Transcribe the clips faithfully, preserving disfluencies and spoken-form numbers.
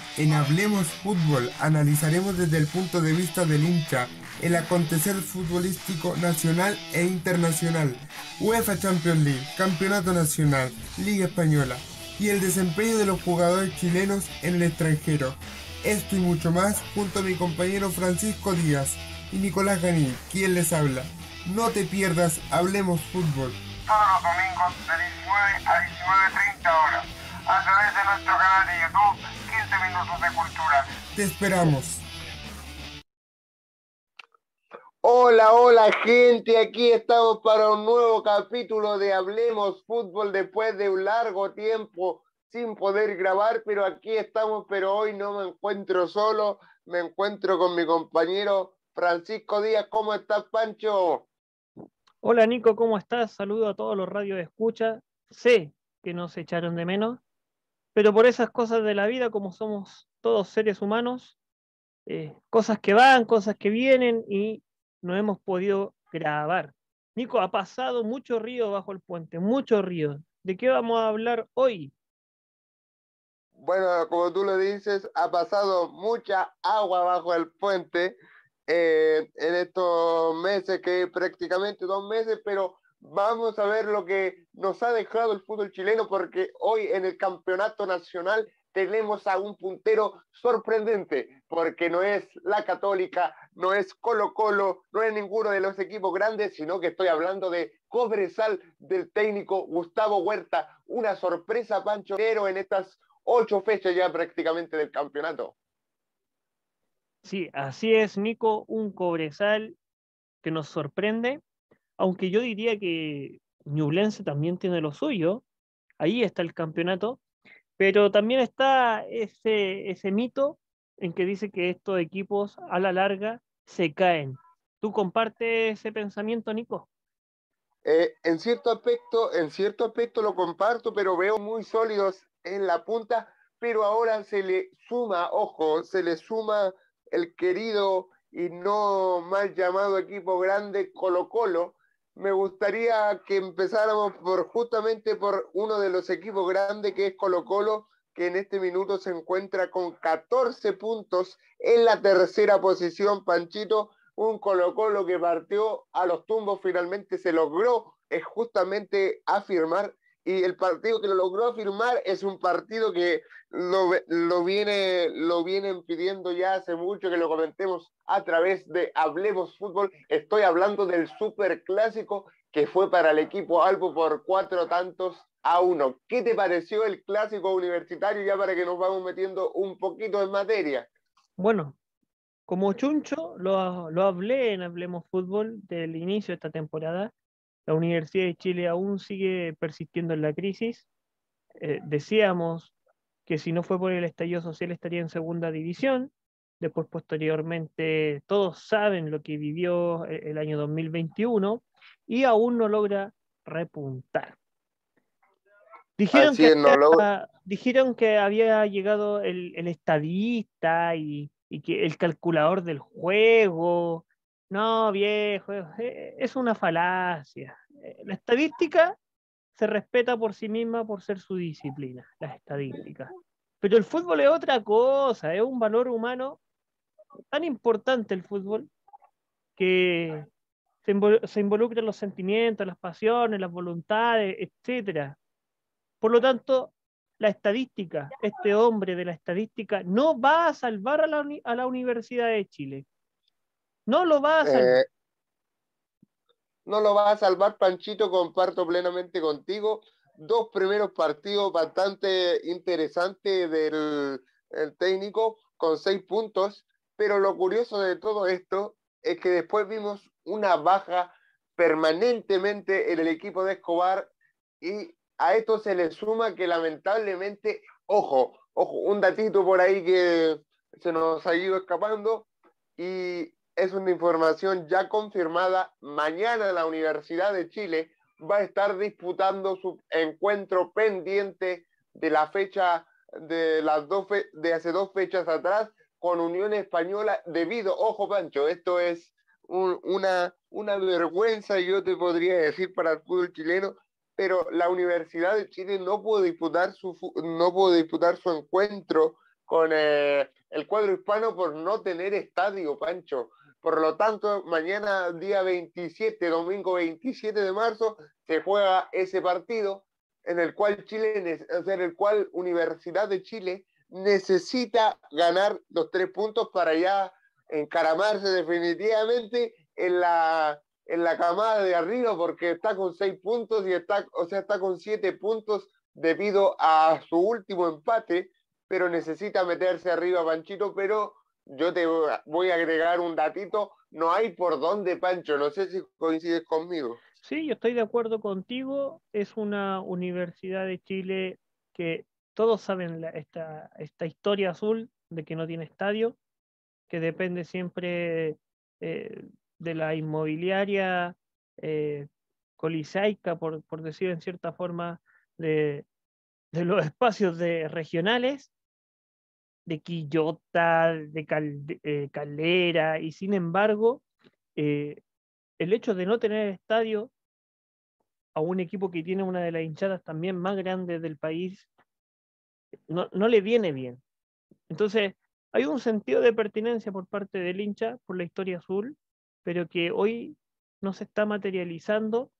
En Hablemos Fútbol analizaremos desde el punto de vista del hincha el acontecer futbolístico nacional e internacional, UEFA Champions League, Campeonato Nacional, Liga Española y el desempeño de los jugadores chilenos en el extranjero. Esto y mucho más junto a mi compañero Francisco Díaz y Nicolás Ganí, quien les habla. No te pierdas Hablemos Fútbol. Todos los domingos de diecinueve a diecinueve treinta horas, a través de nuestro canal de YouTube, quince minutos de cultura. Te esperamos. Hola, hola gente, aquí estamos para un nuevo capítulo de Hablemos Fútbol después de un largo tiempo sin poder grabar, pero aquí estamos, pero hoy no me encuentro solo, me encuentro con mi compañero Francisco Díaz. ¿Cómo estás, Pancho? Hola Nico, ¿cómo estás? Saludo a todos los radios de escucha. Sé que nos echaron de menos, pero por esas cosas de la vida, como somos todos seres humanos, eh, cosas que van, cosas que vienen y no hemos podido grabar. Nico, ha pasado mucho río bajo el puente, mucho río. ¿De qué vamos a hablar hoy? Bueno, como tú lo dices, ha pasado mucha agua bajo el puente eh, en estos meses, que prácticamente dos meses, pero vamos a ver lo que nos ha dejado el fútbol chileno, porque hoy en el campeonato nacional tenemos a un puntero sorprendente, porque no es la Católica, no es Colo-Colo, no es ninguno de los equipos grandes, sino que estoy hablando de Cobresal, del técnico Gustavo Huerta. Una sorpresa, Pancho, pero en estas ocho fechas ya prácticamente del campeonato. Sí, así es, Nico, un Cobresal que nos sorprende, aunque yo diría que Ñublense también tiene lo suyo. Ahí está el campeonato. Pero también está ese, ese mito en que dice que estos equipos a la larga se caen. ¿Tú compartes ese pensamiento, Nico? Eh, en cierto aspecto, en cierto aspecto lo comparto, pero veo muy sólidos en la punta, pero ahora se le suma, ojo, se le suma el querido y no mal llamado equipo grande Colo-Colo. Me gustaría que empezáramos por justamente por uno de los equipos grandes, que es Colo-Colo, que en este minuto se encuentra con catorce puntos en la tercera posición, Panchito. Un Colo-Colo que partió a los tumbos, finalmente se logró es justamente afirmar, y el partido que lo logró afirmar es un partido que lo, lo, viene, lo vienen pidiendo ya hace mucho que lo comentemos a través de Hablemos Fútbol. Estoy hablando del superclásico que fue para el equipo Albo por cuatro tantos a uno. ¿Qué te pareció el clásico universitario, ya para que nos vamos metiendo un poquito en materia? Bueno, como chuncho, lo, lo hablé en Hablemos Fútbol del inicio de esta temporada. La Universidad de Chile aún sigue persistiendo en la crisis. Eh, decíamos que si no fue por el estallido social estaría en segunda división. Después, posteriormente, todos saben lo que vivió el, el año dos mil veintiuno y aún no logra repuntar. Dijeron Así que es, no lo... había, dijeron que había llegado el, el estadista y, y que el calculador del juego. No, viejo, eh, es una falacia. Eh, La estadística se respeta por sí misma por ser su disciplina, las estadísticas. Pero el fútbol es otra cosa, es un valor humano tan importante el fútbol que se, invol se involucran los sentimientos, las pasiones, las voluntades, etcétera. Por lo tanto, la estadística, este hombre de la estadística, no va a salvar a la, uni a la Universidad de Chile. No lo va a salvar. Eh, no lo va a salvar, Panchito, comparto plenamente contigo. Dos primeros partidos bastante interesantes del el técnico, con seis puntos, pero lo curioso de todo esto es que después vimos una baja permanentemente en el equipo de Escobar, y a esto se le suma que lamentablemente, ojo, ojo, un datito por ahí que se nos ha ido escapando, y es una información ya confirmada. Mañana la Universidad de Chile va a estar disputando su encuentro pendiente de la fecha de las dos fe de hace dos fechas atrás con Unión Española, debido, ojo Pancho, esto es un, una, una vergüenza, yo te podría decir, para el fútbol chileno, pero la Universidad de Chile no pudo disputar su, no pudo disputar su encuentro con eh, el cuadro hispano por no tener estadio, Pancho. Por lo tanto, mañana, día veintisiete, domingo veintisiete de marzo, se juega ese partido en el cual Chile, o sea, en el cual Universidad de Chile necesita ganar los tres puntos para ya encaramarse definitivamente en la, en la camada de arriba, porque está con seis puntos y está, o sea, está con siete puntos debido a su último empate, pero necesita meterse arriba, Panchito. Pero yo te voy a agregar un datito, no hay por dónde, Pancho, no sé si coincides conmigo. Sí, yo estoy de acuerdo contigo. Es una Universidad de Chile que todos saben la- esta, esta historia azul de que no tiene estadio, que depende siempre eh, de la inmobiliaria eh, colisaica, por, por decir en cierta forma, de, de los espacios de regionales, de Quillota, de Cal- eh, Calera, y sin embargo, eh, el hecho de no tener estadio a un equipo que tiene una de las hinchadas también más grandes del país, no, no le viene bien. Entonces, hay un sentido de pertinencia por parte del hincha por la historia azul, pero que hoy no se está materializando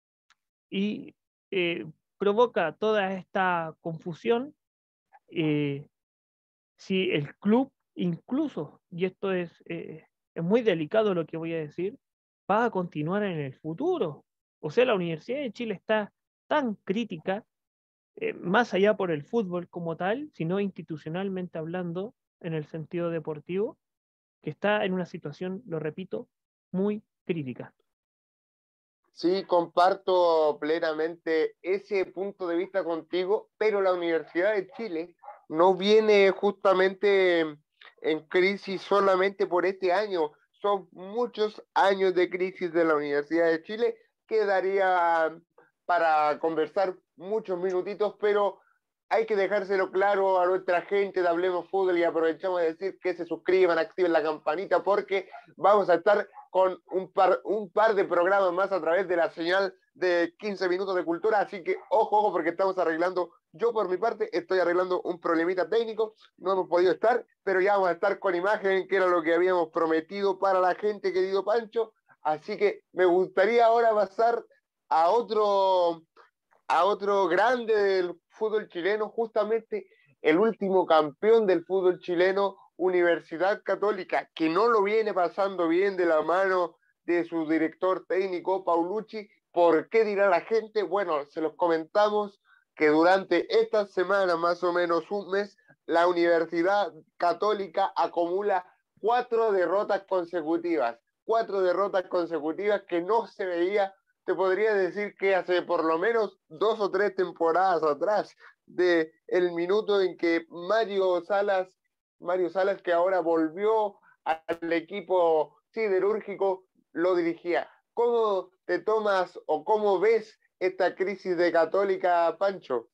y eh, provoca toda esta confusión. eh, si el club, incluso, y esto es, eh, es muy delicado lo que voy a decir, va a continuar en el futuro. O sea, la Universidad de Chile está tan crítica, eh, más allá por el fútbol como tal, sino institucionalmente hablando, en el sentido deportivo, que está en una situación, lo repito, muy crítica. Sí, comparto plenamente ese punto de vista contigo, pero la Universidad de Chile no viene justamente en crisis solamente por este año. Son muchos años de crisis de la Universidad de Chile que daría para conversar muchos minutitos, pero hay que dejárselo claro a nuestra gente de Hablemos Fútbol, y aprovechamos de decir que se suscriban, activen la campanita, porque vamos a estar con un par, un par de programas más a través de la señal de quince minutos de cultura. Así que ojo, ojo, porque estamos arreglando, yo por mi parte estoy arreglando un problemita técnico, no hemos podido estar, pero ya vamos a estar con imagen, que era lo que habíamos prometido para la gente, querido Pancho. Así que me gustaría ahora pasar a otro, a otro grande del fútbol chileno, justamente el último campeón del fútbol chileno, Universidad Católica, que no lo viene pasando bien de la mano de su director técnico, Paulucci. ¿Por qué dirá la gente? Bueno, se los comentamos que durante esta semana, más o menos un mes, la Universidad Católica acumula cuatro derrotas consecutivas, cuatro derrotas consecutivas que no se veía. Te podría decir que hace por lo menos dos o tres temporadas atrás, de el minuto en que Mario Salas, Mario Salas, que ahora volvió al equipo siderúrgico, lo dirigía. ¿Cómo te tomas o cómo ves esta crisis de Católica, Pancho?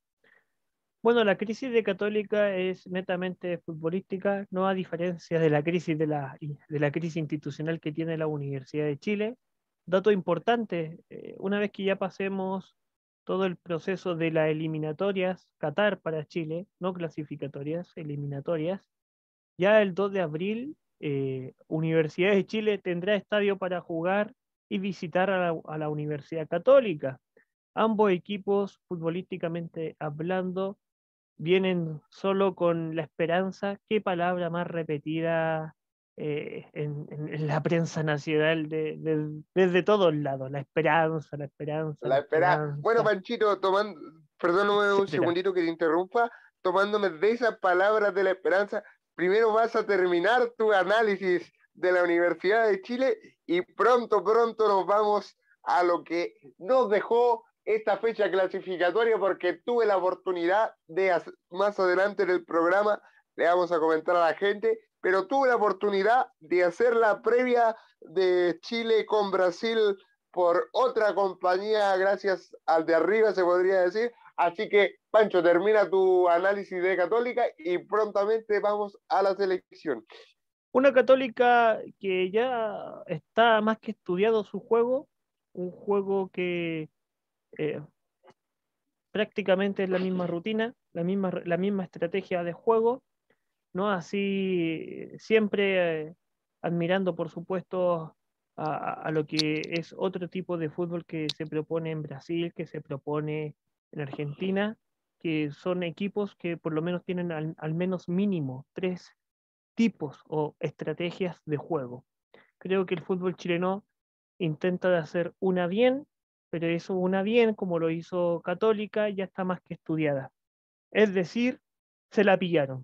Bueno, la crisis de Católica es netamente futbolística, no a diferencia de la crisis de la, de la crisis institucional que tiene la Universidad de Chile. Dato importante, eh, una vez que ya pasemos todo el proceso de las eliminatorias, Qatar para Chile, no clasificatorias, eliminatorias, ya el dos de abril, eh, Universidad de Chile tendrá estadio para jugar y visitar a la, a la Universidad Católica. Ambos equipos, futbolísticamente hablando, vienen solo con la esperanza. Qué palabra más repetida eh, en, en- en la prensa nacional de, de- desde todos lados. La esperanza, la esperanza, la La espera. Bueno, esperanza, Panchito, tomando, perdóname un etcétera. segundito que te interrumpa, tomándome de esas palabras de la esperanza, primero vas a terminar tu análisis de la Universidad de Chile y pronto, pronto nos vamos a lo que nos dejó esta fecha clasificatoria, porque tuve la oportunidad de, hacer, más adelante en el programa, le vamos a comentar a la gente, pero tuve la oportunidad de hacer la previa de Chile con Brasil por otra compañía, gracias al de arriba, se podría decir. Así que, Pancho, termina tu análisis de Católica y prontamente vamos a la selección. Una Católica que ya está más que estudiado su juego, un juego que eh, prácticamente es la misma rutina, la misma, la misma estrategia de juego, no así siempre eh, admirando, por supuesto, a, a lo que es otro tipo de fútbol que se propone en Brasil, que se propone en Argentina, que son equipos que por lo menos tienen al, al menos mínimo tres tipos o estrategias de juego. Creo que el fútbol chileno intenta de hacer una bien, pero eso una bien, como lo hizo Católica, ya está más que estudiada. Es decir, se la pillaron.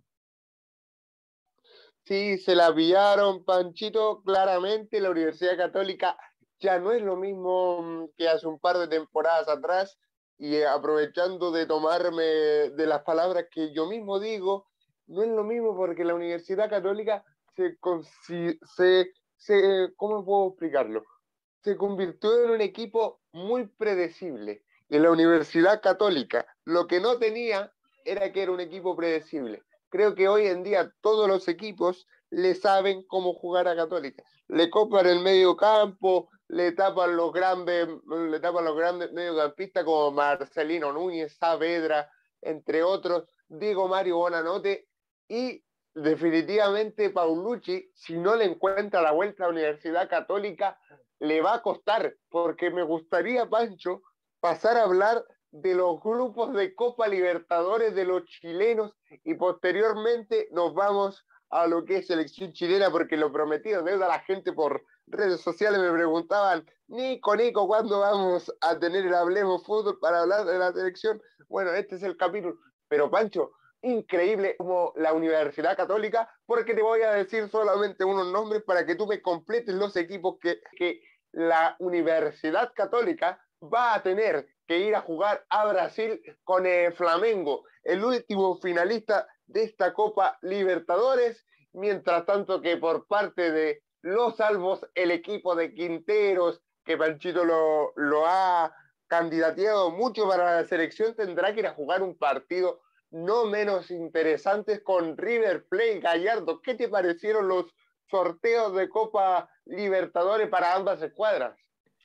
Sí, se la pillaron, Panchito, claramente la Universidad Católica ya no es lo mismo mm, que hace un par de temporadas atrás, y eh, aprovechando de tomarme de las palabras que yo mismo digo, no es lo mismo porque la Universidad Católica se, consi- se, se ¿cómo puedo explicarlo? Se convirtió en un equipo muy predecible. Y la Universidad Católica lo que no tenía era que era un equipo predecible. Creo que hoy en día todos los equipos le saben cómo jugar a Católica. Le copan el medio campo, le tapan los grandes, le tapan los grandes mediocampistas como Marcelino Núñez, Saavedra, entre otros, Diego Mario Bonanote, y definitivamente Paulucci, si no le encuentra la vuelta a la Universidad Católica, le va a costar, porque me gustaría, Pancho, pasar a hablar de los grupos de Copa Libertadores de los chilenos, y posteriormente nos vamos a lo que es selección chilena, porque lo prometido deuda. La gente por redes sociales me preguntaban, Nico, Nico, ¿cuándo vamos a tener el Hablemos Fútbol para hablar de la selección? Bueno, este es el capítulo. Pero Pancho, increíble como la Universidad Católica, porque te voy a decir solamente unos nombres para que tú me completes los equipos que, que la Universidad Católica va a tener que ir a jugar a Brasil con el Flamengo, el último finalista de esta Copa Libertadores. Mientras tanto que por parte de los salvos, el equipo de Quinteros, que Panchito lo, lo ha candidateado mucho para la selección, tendrá que ir a jugar un partido no menos interesante con River Plate. Gallardo, ¿qué te parecieron los sorteos de Copa Libertadores para ambas escuadras?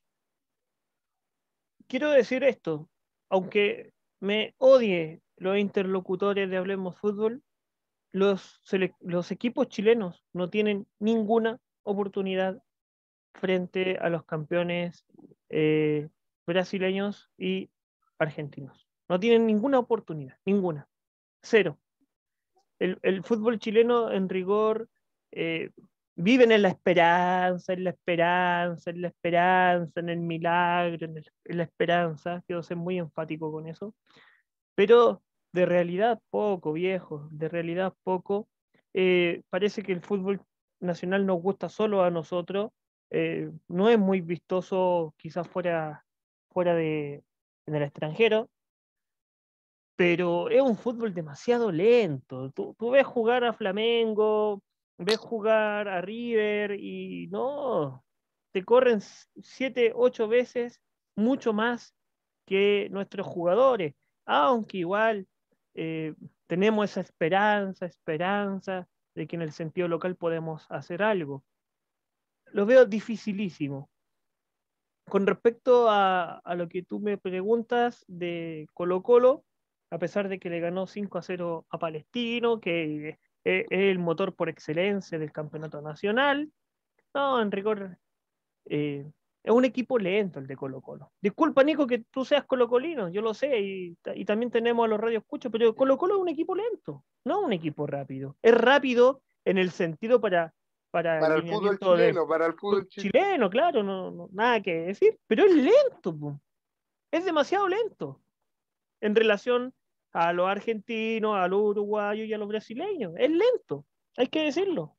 Quiero decir esto, aunque me odie los interlocutores de Hablemos Fútbol, los, los equipos chilenos no tienen ninguna oportunidad frente a los campeones eh, brasileños y argentinos. No tienen ninguna oportunidad, ninguna. Cero. El, el fútbol chileno, en rigor, eh, viven en la esperanza, en la esperanza, en la esperanza, en el milagro, en, el, en la esperanza. Quiero ser muy enfático con eso. Pero de realidad poco, viejo, de realidad poco. Eh, parece que el fútbol nacional nos gusta solo a nosotros. Eh, no es muy vistoso quizás fuera, fuera de, en el extranjero, pero es un fútbol demasiado lento. Tú, tú ves jugar a Flamengo, ves jugar a River y no, te corren siete, ocho veces mucho más que nuestros jugadores, aunque igual eh, tenemos esa esperanza, esperanza de que en el sentido local podemos hacer algo. Lo veo dificilísimo. Con respecto a, a lo que tú me preguntas de Colo Colo, a pesar de que le ganó cinco a cero a Palestino, que es, es el motor por excelencia del campeonato nacional, no, en rigor, eh, es un equipo lento el de Colo Colo. Disculpa, Nico, que tú seas colocolino, yo lo sé, y, y también tenemos a los radioescuchos, pero Colo Colo es un equipo lento, no un equipo rápido. Es rápido en el sentido para, para el Para el fútbol lineamiento de chileno, para el fútbol chileno. chileno, claro, no, no, nada que decir, pero es lento, po. Es demasiado lento en relación a los argentinos, a los uruguayos y a los brasileños. Es lento, hay que decirlo.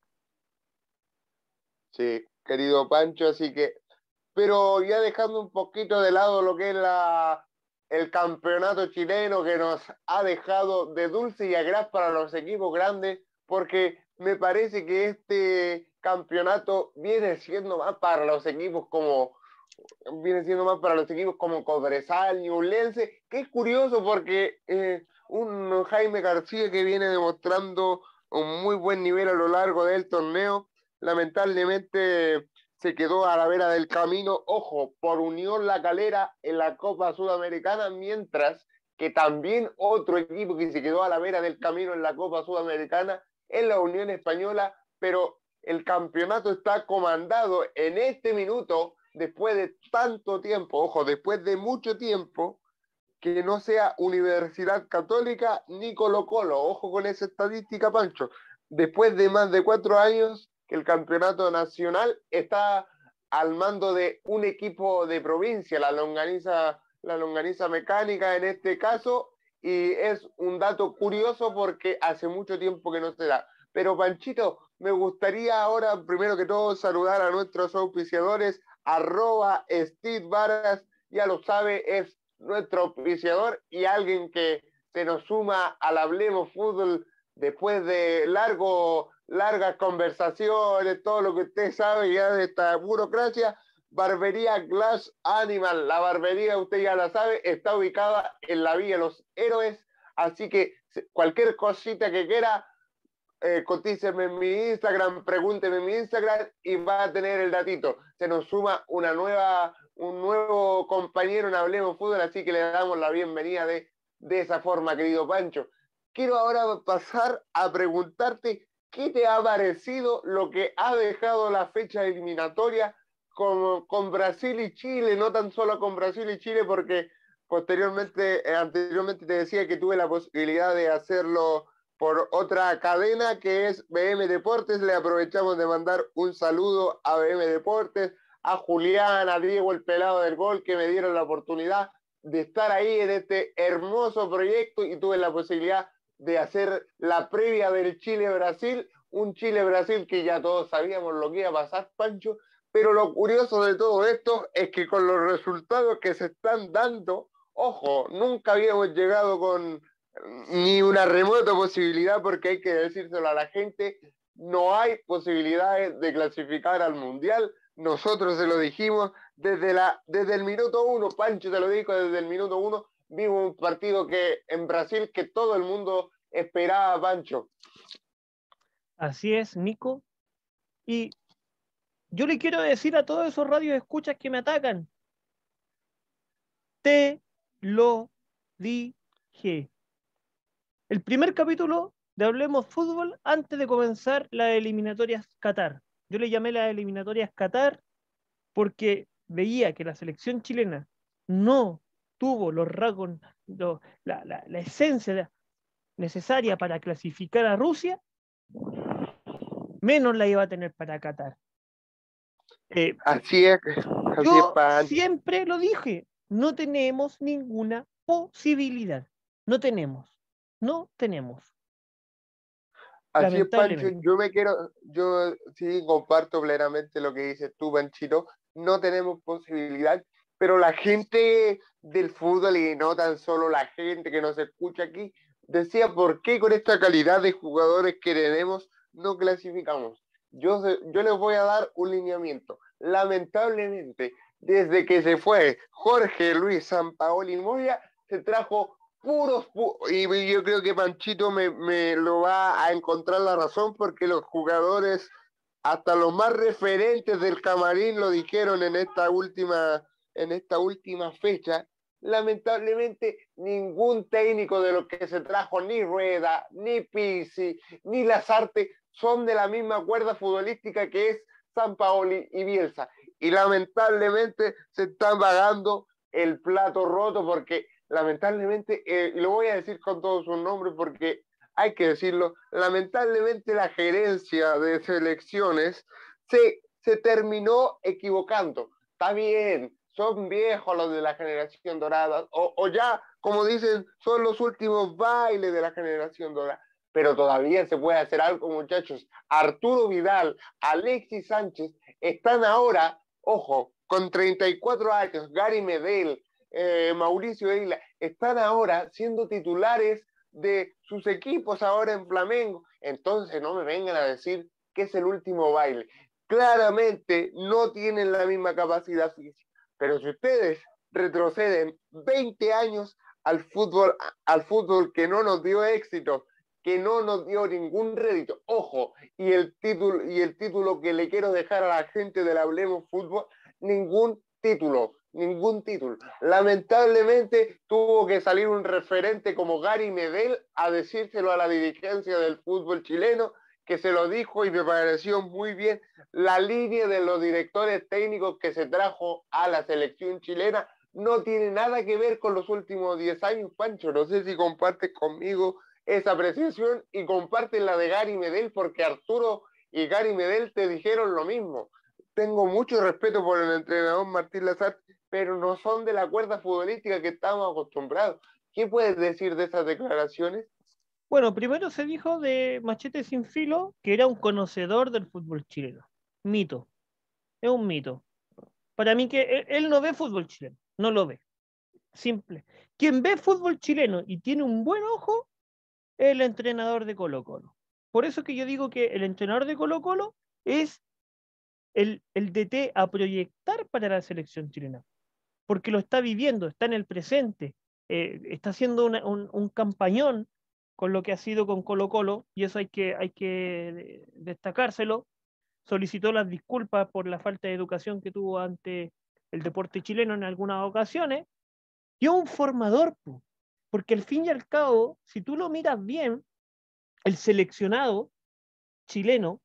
Sí, querido Pancho, así que, pero ya dejando un poquito de lado lo que es la, el campeonato chileno, que nos ha dejado de dulce y agraz para los equipos grandes, porque me parece que este campeonato viene siendo más para los equipos como viene siendo más para los equipos como Cobresal, Ñublense, que es curioso porque eh, un Jaime García que viene demostrando un muy buen nivel a lo largo del torneo, lamentablemente se quedó a la vera del camino, ojo, por Unión La Calera en la Copa Sudamericana, mientras que también otro equipo que se quedó a la vera del camino en la Copa Sudamericana en la Unión Española, pero el campeonato está comandado en este minuto, después de tanto tiempo, ojo, después de mucho tiempo, que no sea Universidad Católica ni Colo Colo. Ojo con esa estadística, Pancho. Después de más de cuatro años que el campeonato nacional está al mando de un equipo de provincia, la longaniza, la longaniza mecánica en este caso, y es un dato curioso porque hace mucho tiempo que no se da. Pero Panchito, me gustaría ahora, primero que todo, saludar a nuestros auspiciadores, arroba Steve Varas, ya lo sabe, es nuestro auspiciador y alguien que se nos suma al Hablemos Fútbol después de largo, largas conversaciones, todo lo que usted sabe ya de esta burocracia. Barbería Glass Animal, la barbería, usted ya la sabe, está ubicada en la Villa Los Héroes, así que cualquier cosita que quiera, eh, cotíceme en mi Instagram, pregúnteme en mi Instagram y va a tener el datito. Se nos suma una nueva, un nuevo compañero en Hablemos Fútbol, así que le damos la bienvenida de, de esa forma, querido Pancho. Quiero ahora pasar a preguntarte qué te ha parecido lo que ha dejado la fecha eliminatoria con, con Brasil y Chile, no tan solo con Brasil y Chile, porque posteriormente, eh, anteriormente te decía que tuve la posibilidad de hacerlo por otra cadena que es B M Deportes. Le aprovechamos de mandar un saludo a B M Deportes, a Julián, a Diego el Pelado del Gol, que me dieron la oportunidad de estar ahí en este hermoso proyecto y tuve la posibilidad de hacer la previa del Chile-Brasil, un Chile-Brasil que ya todos sabíamos lo que iba a pasar, Pancho, pero lo curioso de todo esto es que con los resultados que se están dando, ojo, nunca habíamos llegado con ni una remota posibilidad, porque hay que decírselo a la gente, no hay posibilidades de clasificar al Mundial. Nosotros se lo dijimos desde, la, desde el minuto uno, Pancho te lo dijo desde el minuto uno, vimos un partido que en Brasil que todo el mundo esperaba, Pancho. Así es, Nico. Y yo le quiero decir a todos esos radios escuchas que me atacan, te lo dije. El primer capítulo de Hablemos Fútbol antes de comenzar las eliminatorias Qatar. Yo le llamé las eliminatorias Qatar porque veía que la selección chilena no tuvo los rasgos, lo, la, la, la esencia necesaria para clasificar a Rusia, menos la iba a tener para Qatar. Eh, así es, así yo es, Pancho. Siempre lo dije, no tenemos ninguna posibilidad, no tenemos. No tenemos. Así es, Pancho, yo me quiero, yo sí comparto plenamente lo que dices tú, Panchito, no tenemos posibilidad, pero la gente del fútbol, y no tan solo la gente que nos escucha aquí, decía, ¿por qué con esta calidad de jugadores que tenemos no clasificamos? Yo, yo les voy a dar un lineamiento. Lamentablemente, desde que se fue Jorge Luis Sampaoli Moya, se trajo puros, puros, y yo creo que Panchito me, me lo va a encontrar la razón, porque los jugadores, hasta los más referentes del camarín, lo dijeron en esta última, en esta última fecha. Lamentablemente ningún técnico de los que se trajo, ni Rueda, ni Pizzi, ni Lazarte, son de la misma cuerda futbolística que es Sampaoli y Bielsa, y lamentablemente se están pagando el plato roto, porque lamentablemente, eh, lo voy a decir con todos sus nombres porque hay que decirlo, lamentablemente la gerencia de selecciones se, se terminó equivocando. Está bien, son viejos los de la generación dorada, o, o ya, como dicen, son los últimos bailes de la generación dorada, pero todavía se puede hacer algo, muchachos. Arturo Vidal, Alexis Sánchez, están ahora, ojo, con treinta y cuatro años, Gary Medel, Eh, Mauricio Isla, están ahora siendo titulares de sus equipos ahora en Flamengo. Entonces no me vengan a decir que es el último baile. Claramente no tienen la misma capacidad física, pero si ustedes retroceden veinte años al fútbol, al fútbol que no nos dio éxito, que no nos dio ningún rédito, ojo, y el título, y el título que le quiero dejar a la gente del Hablemos Fútbol, ningún título, ningún título. Lamentablemente tuvo que salir un referente como Gary Medel a decírselo a la dirigencia del fútbol chileno, que se lo dijo y me pareció muy bien, la línea de los directores técnicos que se trajo a la selección chilena no tiene nada que ver con los últimos diez años, Pancho. No sé si compartes conmigo esa apreciación y compartes la de Gary Medel, porque Arturo y Gary Medel te dijeron lo mismo. Tengo mucho respeto por el entrenador Martín Lazarte, pero no son de la cuerda futbolística que estamos acostumbrados. ¿Qué puedes decir de esas declaraciones? Bueno, primero se dijo de Machete Sin Filo que era un conocedor del fútbol chileno. Mito. Es un mito. Para mí que él, él no ve fútbol chileno. No lo ve. Simple. Quien ve fútbol chileno y tiene un buen ojo es el entrenador de Colo-Colo. Por eso que yo digo que el entrenador de Colo-Colo es el, el D T a proyectar para la selección chilena. Porque lo está viviendo, está en el presente. Eh, está haciendo una, un, un campañón con lo que ha sido con Colo-Colo, y eso hay que, hay que destacárselo. Solicitó las disculpas por la falta de educación que tuvo ante el deporte chileno en algunas ocasiones, y es un formador, porque al fin y al cabo, si tú lo miras bien, el seleccionado chileno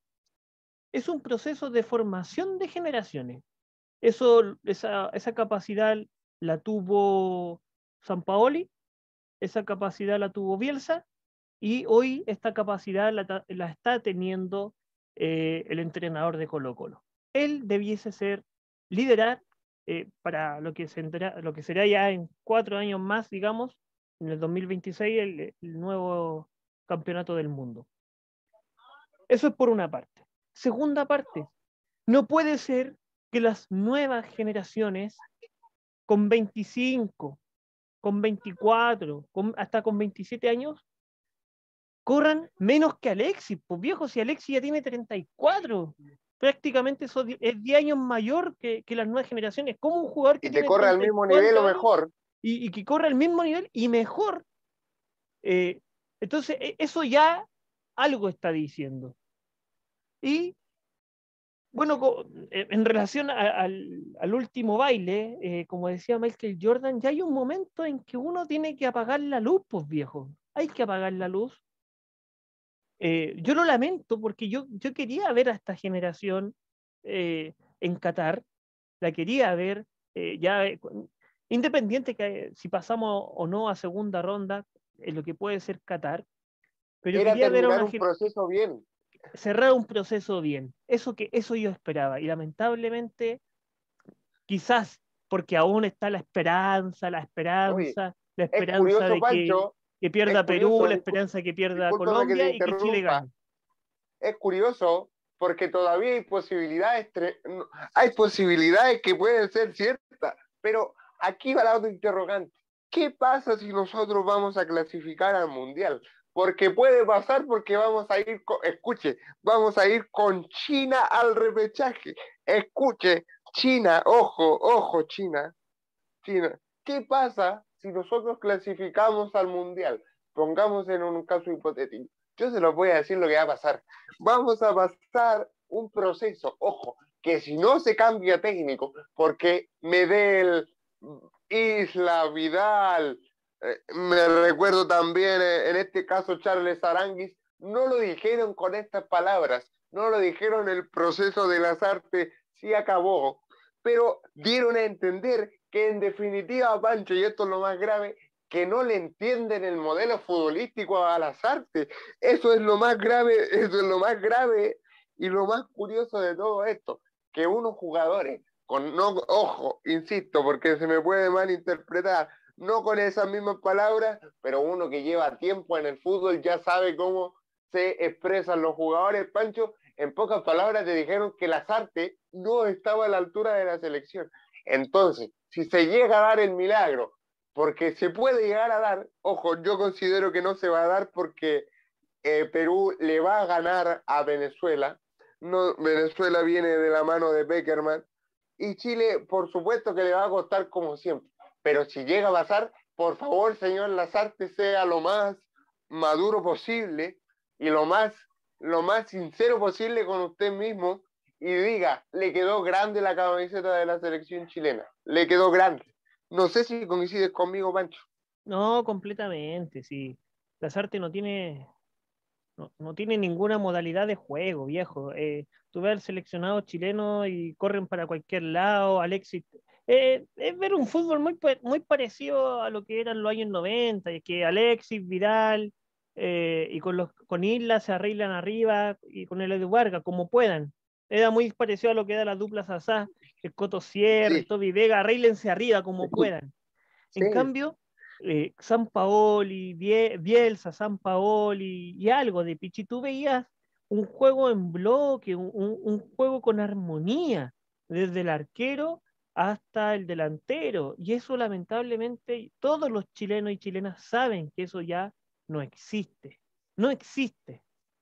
es un proceso de formación de generaciones. Eso, esa, esa capacidad la tuvo Sampaoli, esa capacidad la tuvo Bielsa, y hoy esta capacidad la, la está teniendo eh, el entrenador de Colo-Colo. Él debiese ser, liderar eh, para lo que, se entera, lo que será ya en cuatro años más, digamos, en el dos mil veintiséis, el, el nuevo campeonato del mundo. Eso es por una parte. Segunda parte, no puede ser que las nuevas generaciones con veinticinco, con veinticuatro, con, hasta con veintisiete años, corran menos que Alexis. Pues viejo, si Alexis ya tiene treinta y cuatro, prácticamente eso es diez años mayor que, que las nuevas generaciones. ¿Cómo un jugador que Y te tiene corre al mismo nivel o mejor. Y, y que corre al mismo nivel y mejor? Eh, entonces, eso ya algo está diciendo. Y bueno, en relación a, al, al último baile, eh, como decía Michael Jordan, ya hay un momento en que uno tiene que apagar la luz, pues viejo. Hay que apagar la luz. Eh, yo lo lamento porque yo, yo quería ver a esta generación eh, en Qatar, la quería ver eh, ya, eh, independiente que si pasamos o no a segunda ronda, en lo que puede ser Qatar, pero Era quería ver a terminar una un proceso bien. cerrar un proceso bien. Eso, que, eso yo esperaba. Y lamentablemente, quizás porque aún está la esperanza, la Oye, esperanza, la es esperanza curioso, de que, Pancho, que es pierda Perú, curioso, la discul- esperanza de que pierda discúlpame que te Colombia y que Chile interrumpa, gane. es curioso porque todavía hay posibilidades, hay posibilidades que pueden ser ciertas, pero aquí va la otra interrogante. ¿Qué pasa si nosotros vamos a clasificar al Mundial? Porque puede pasar porque vamos a ir, con, escuche, vamos a ir con China al repechaje. Escuche, China, ojo, ojo, China, China. ¿Qué pasa si nosotros clasificamos al Mundial? Pongamos en un caso hipotético. Yo se los voy a decir lo que va a pasar. Vamos a pasar un proceso, ojo, que si no se cambia técnico, porque Medel, Isla, Vidal, eh, me recuerdo también eh, en este caso Charles Aranguis, no lo dijeron con estas palabras, no lo dijeron el proceso de Lazarte, sí acabó, pero dieron a entender que en definitiva, Pancho, y esto es lo más grave, que no le entienden el modelo futbolístico a Lazarte. Eso es lo más grave, eso es lo más grave y lo más curioso de todo esto, que unos jugadores, con no, ojo, insisto, porque se me puede malinterpretar, no con esas mismas palabras, pero uno que lleva tiempo en el fútbol ya sabe cómo se expresan los jugadores, Pancho. En pocas palabras te dijeron que Lazarte no estaba a la altura de la selección. Entonces, si se llega a dar el milagro, porque se puede llegar a dar, ojo, yo considero que no se va a dar porque eh, Perú le va a ganar a Venezuela, no, Venezuela viene de la mano de Beckerman, y Chile, por supuesto que le va a costar como siempre, pero si llega a pasar, por favor, señor Lazarte, sea lo más maduro posible y lo más, lo más sincero posible con usted mismo, y diga, le quedó grande la camiseta de la selección chilena, le quedó grande. No sé si coincides conmigo, Pancho. No, completamente, sí. Lazarte no tiene, no, no tiene ninguna modalidad de juego, viejo. Eh, tú ves al seleccionado chileno y corren para cualquier lado, Alexis. Eh, es ver un fútbol muy, pa- muy parecido a lo que eran los años noventa, y que Alexis, Vidal eh, y con, los, con Isla se arreglan arriba y con el Edu Vargas, como puedan. Era muy parecido a lo que era la dupla Sasá, el Coto Sierra, el Sí, Toby Vega, arréglense arriba como puedan. En sí, cambio, eh, San Paoli, Bie- Bielsa, San Paoli y algo de Pichi, tú veías un juego en bloque, un, un- un juego con armonía, desde el arquero hasta el delantero. Y eso lamentablemente todos los chilenos y chilenas saben que eso ya no existe. No existe.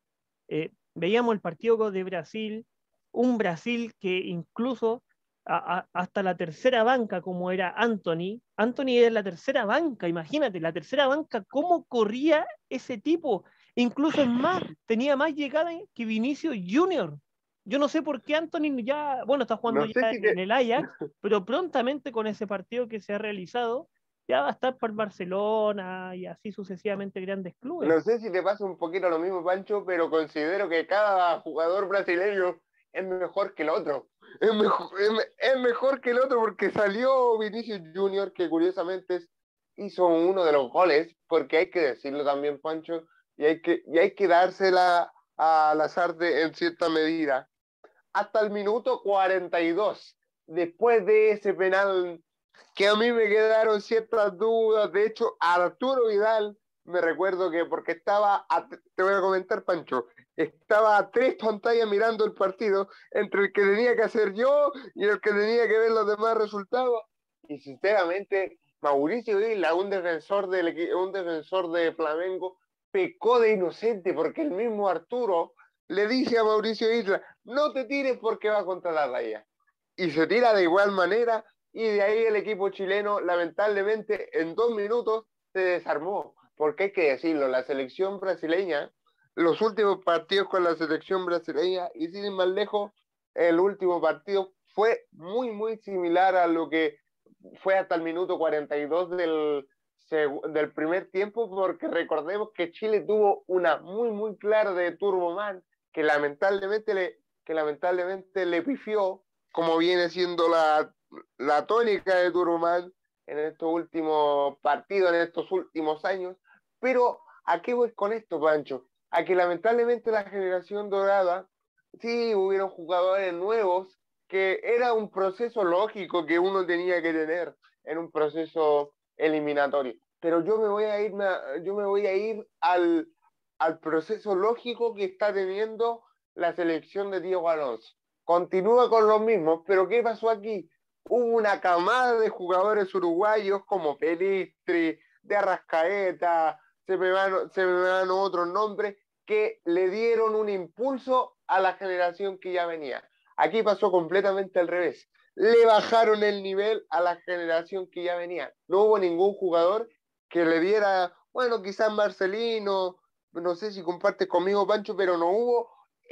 Eh, veíamos el partido de Brasil, un Brasil que incluso a- a- hasta la tercera banca, como era Anthony, Anthony era la tercera banca, imagínate, la tercera banca, cómo corría ese tipo, incluso es más, tenía más llegada que Vinicius Junior. Yo no sé por qué Anthony ya, bueno, está jugando no ya sé si en te, el Ajax, pero prontamente con ese partido que se ha realizado, ya va a estar por Barcelona y así sucesivamente grandes clubes. no sé si te pasa un poquito lo mismo, Pancho, pero considero que cada jugador brasileño es mejor que el otro. Es mejor, es, me- es mejor que el otro porque salió Vinicius Junior, que curiosamente es- hizo uno de los goles, porque hay que decirlo también, Pancho, y hay que, y hay que dársela al azar de, en cierta medida. Hasta el minuto cuarenta y dos, después de ese penal que a mí me quedaron ciertas dudas. De hecho, Arturo Vidal, me recuerdo que porque estaba, a, te voy a comentar, Pancho, estaba a tres pantallas mirando el partido, entre el que tenía que hacer yo y el que tenía que ver los demás resultados. Y sinceramente, Mauricio Isla, un defensor, del, un defensor de Flamengo, pecó de inocente porque el mismo Arturo le dice a Mauricio Isla, no te tires porque va contra la raya. Y se tira de igual manera y de ahí el equipo chileno, lamentablemente, en dos minutos se desarmó. Porque hay que decirlo, la selección brasileña, los últimos partidos con la selección brasileña, y sin ir más lejos, el último partido fue muy, muy similar a lo que fue hasta el minuto cuarenta y dos del, del primer tiempo, porque recordemos que Chile tuvo una muy, muy clara de Turboman, que lamentablemente le, que lamentablemente le pifió, como viene siendo la la tónica de Turumán en estos últimos partidos, en estos últimos años. Pero, ¿a qué voy con esto, Pancho? A que lamentablemente la generación dorada, sí, hubieron jugadores nuevos, que era un proceso lógico que uno tenía que tener en un proceso eliminatorio. Pero yo me voy a ir, yo me voy a ir al, al proceso lógico que está teniendo la selección de Diego Alonso. Continúa con los mismos, pero ¿qué pasó aquí? Hubo una camada de jugadores uruguayos como Pelistri, de Arrascaeta, se me van, se me van otros nombres, que le dieron un impulso a la generación que ya venía. Aquí pasó completamente al revés. Le bajaron el nivel a la generación que ya venía. No hubo ningún jugador que le diera, bueno, quizás Marcelino, no sé si compartes conmigo, Pancho, pero no hubo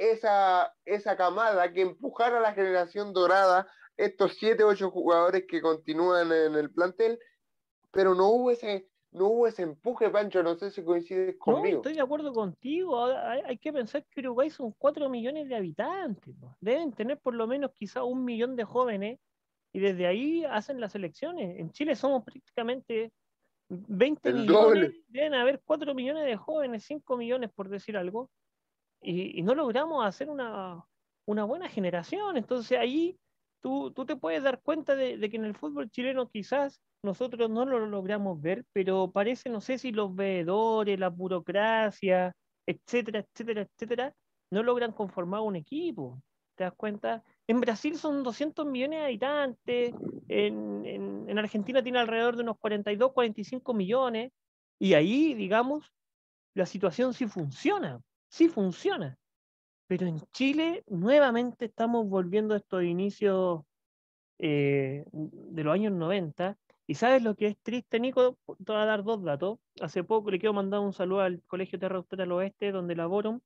esa, esa camada que empujara a la generación dorada, estos siete, ocho jugadores que continúan en el plantel, pero no hubo ese, no hubo ese empuje, Pancho, no sé si coincides No, y conmigo. estoy de acuerdo contigo. Hay, hay que pensar que Uruguay son cuatro millones de habitantes, po. Deben tener por lo menos quizá un millón de jóvenes y desde ahí hacen las elecciones. En Chile somos prácticamente veinte El millones, doble. deben haber cuatro millones de jóvenes, cinco millones por decir algo, y, y no logramos hacer una, una buena generación. Entonces ahí tú, tú te puedes dar cuenta de, de que en el fútbol chileno quizás nosotros no lo logramos ver, pero parece, no sé si los veedores, la burocracia, etcétera, etcétera, etcétera, no logran conformar un equipo. ¿Te das cuenta? En Brasil son doscientos millones de habitantes, en, en, en Argentina tiene alrededor de unos cuarenta y dos, cuarenta y cinco millones, y ahí, digamos, la situación sí funciona, sí funciona. Pero en Chile nuevamente estamos volviendo a estos inicios eh, de los años noventa. ¿Y sabes lo que es triste, Nico? Te voy a dar dos datos. Hace poco le quiero mandar un saludo al Colegio Terra Austral Oeste, donde laboro.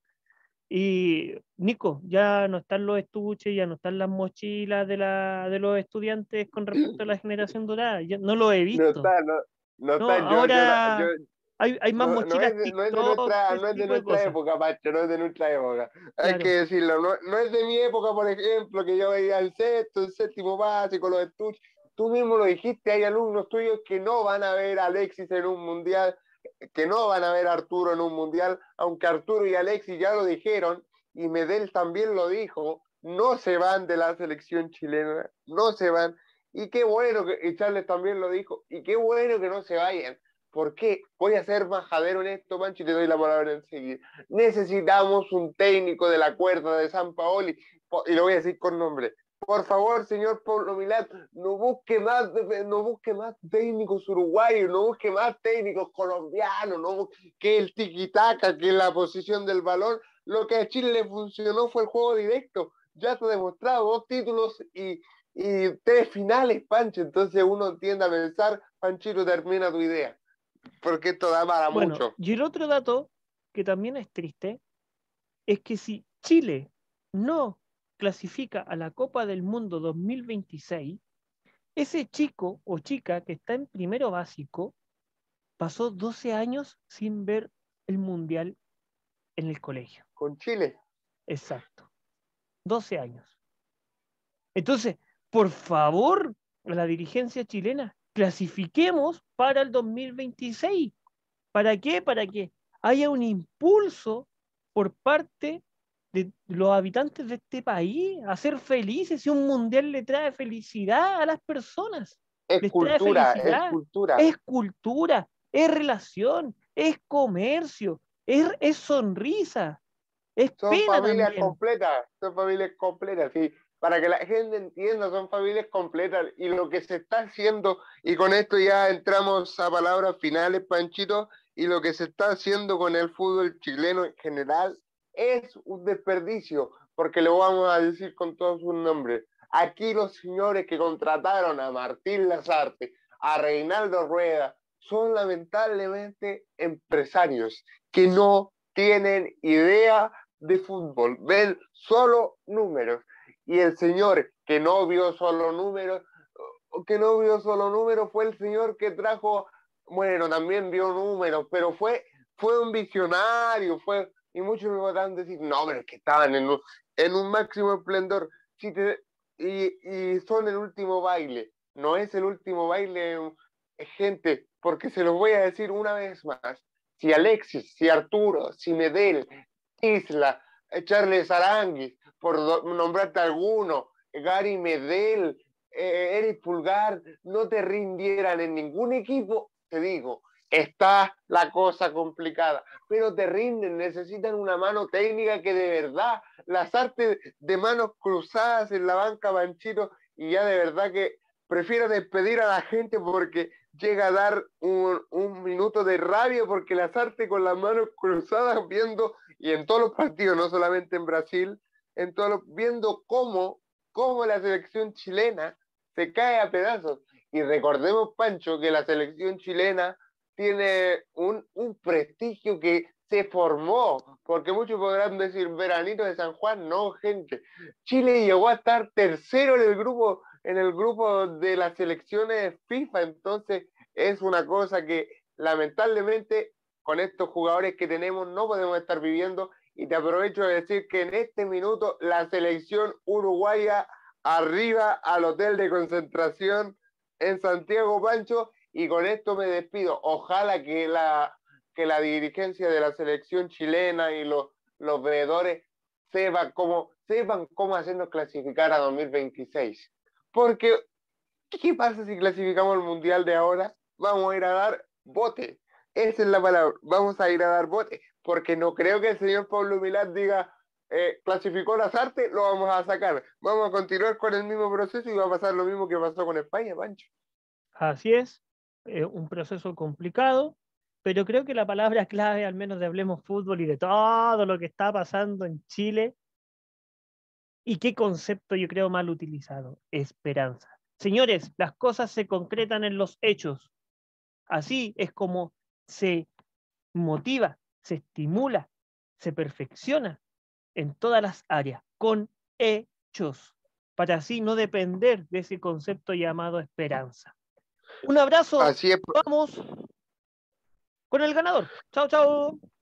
Y Nico, ya no están los estuches, ya no están las mochilas de, la, de los estudiantes con respecto a la generación dorada. Ya no lo he No visto. está, no, no No, está, yo, yo, la, yo, ahora Hay, hay más No, no mochilas es de, no es de TikTok, nuestra, ese no es de tipo de nuestra cosas. época, Pancho, no es de nuestra época. Hay que Claro. decirlo, no, no es de mi época, por ejemplo, que yo veía el sexto, el séptimo básico, los estudios. Tú mismo lo dijiste, hay alumnos tuyos que no van a ver a Alexis en un mundial, que no van a ver a Arturo en un mundial, aunque Arturo y Alexis ya lo dijeron, y Medel también lo dijo, no se van de la selección chilena, no se van. Y qué bueno que, y Charles también lo dijo, y qué bueno que no se vayan. ¿Por qué? Voy a ser majadero en esto, Pancho, y te doy la palabra enseguida. Necesitamos un técnico de la cuerda de San Paoli, y lo voy a decir con nombre. Por favor, señor Pablo Milán, no busque más, no busque más técnicos uruguayos, no busque más técnicos colombianos, no busque que el tiquitaca, que la posición del balón. Lo que a Chile le funcionó fue el juego directo. Ya te he demostrado dos títulos y, y tres finales, Pancho. Entonces uno tiende a pensar, Panchito, termina tu idea, porque esto da para Bueno, mucho. y el otro dato que también es triste es que si Chile no clasifica a la Copa del Mundo dos mil veintiséis, ese chico o chica que está en primero básico pasó doce años sin ver el Mundial en el colegio. Con Chile. Exacto, doce años. Entonces, por favor, a la dirigencia chilena, clasifiquemos para el dos mil veintiséis. ¿Para qué? Para que haya un impulso por parte de los habitantes de este país a ser felices. Si un mundial le trae felicidad a las personas, Es les trae cultura, es felicidad, cultura. es cultura, es relación, es comercio, es, es sonrisa, es Son pena familias también. completas, son familias completas, sí. Para que la gente entienda, son familias completas. Y lo que se está haciendo, y con esto ya entramos a palabras finales, Panchito, y lo que se está haciendo con el fútbol chileno en general es un desperdicio, porque lo vamos a decir con todos sus nombres. Aquí los señores que contrataron a Martín Lazarte, a Reinaldo Rueda, son lamentablemente empresarios que no tienen idea de fútbol, ven solo números. Y el señor que no vio solo números, que no vio solo números fue el señor que trajo, bueno, también vio números, pero fue, fue un visionario, fue, y muchos me podrán decir, no, pero es que estaban en un, en un máximo esplendor, si te, y, y son el último baile, no es el último baile, gente, porque se los voy a decir una vez más, si Alexis, si Arturo, si Medel, Isla, Charles Aranguis, por nombrarte alguno, Gary Medel, eh, Eric Pulgar, no te rindieran en ningún equipo, te digo, está la cosa complicada, pero te rinden, necesitan una mano técnica que de verdad, las artes de manos cruzadas en la banca, Panchito, y ya de verdad que prefiero despedir a la gente porque llega a dar un, un minuto de rabia porque las artes con las manos cruzadas viendo, y en todos los partidos, no solamente en Brasil, en todos los, viendo cómo, cómo la selección chilena se cae a pedazos. Y recordemos, Pancho, que la selección chilena tiene un, un prestigio que se formó, porque muchos podrán decir veranito de San Juan, no, gente. Chile llegó a estar tercero en el grupo, en el grupo de las selecciones FIFA, entonces es una cosa que lamentablemente con estos jugadores que tenemos no podemos estar viviendo. Y te aprovecho de decir que en este minuto la selección uruguaya arriba al hotel de concentración en Santiago, Pancho, y con esto me despido. Ojalá que la, que la dirigencia de la selección chilena y los, los veedores sepan cómo, sepan cómo hacernos clasificar a dos mil veintiséis. Porque, ¿qué pasa si clasificamos al Mundial de ahora? Vamos a ir a dar bote. Esa es la palabra. Vamos a ir a dar bote. Porque no creo que el señor Pablo Milán diga, eh, clasificó las artes, lo vamos a sacar. Vamos a continuar con el mismo proceso y va a pasar lo mismo que pasó con España, Pancho. Así es, eh, un proceso complicado, pero creo que la palabra clave, al menos de Hablemos Fútbol y de todo lo que está pasando en Chile, y qué concepto yo creo mal utilizado, esperanza. Señores, las cosas se concretan en los hechos. Así es como se motiva, se estimula, se perfecciona en todas las áreas, con hechos, para así no depender de ese concepto llamado esperanza. Un abrazo, Así es. vamos. con el ganador. Chao, chao.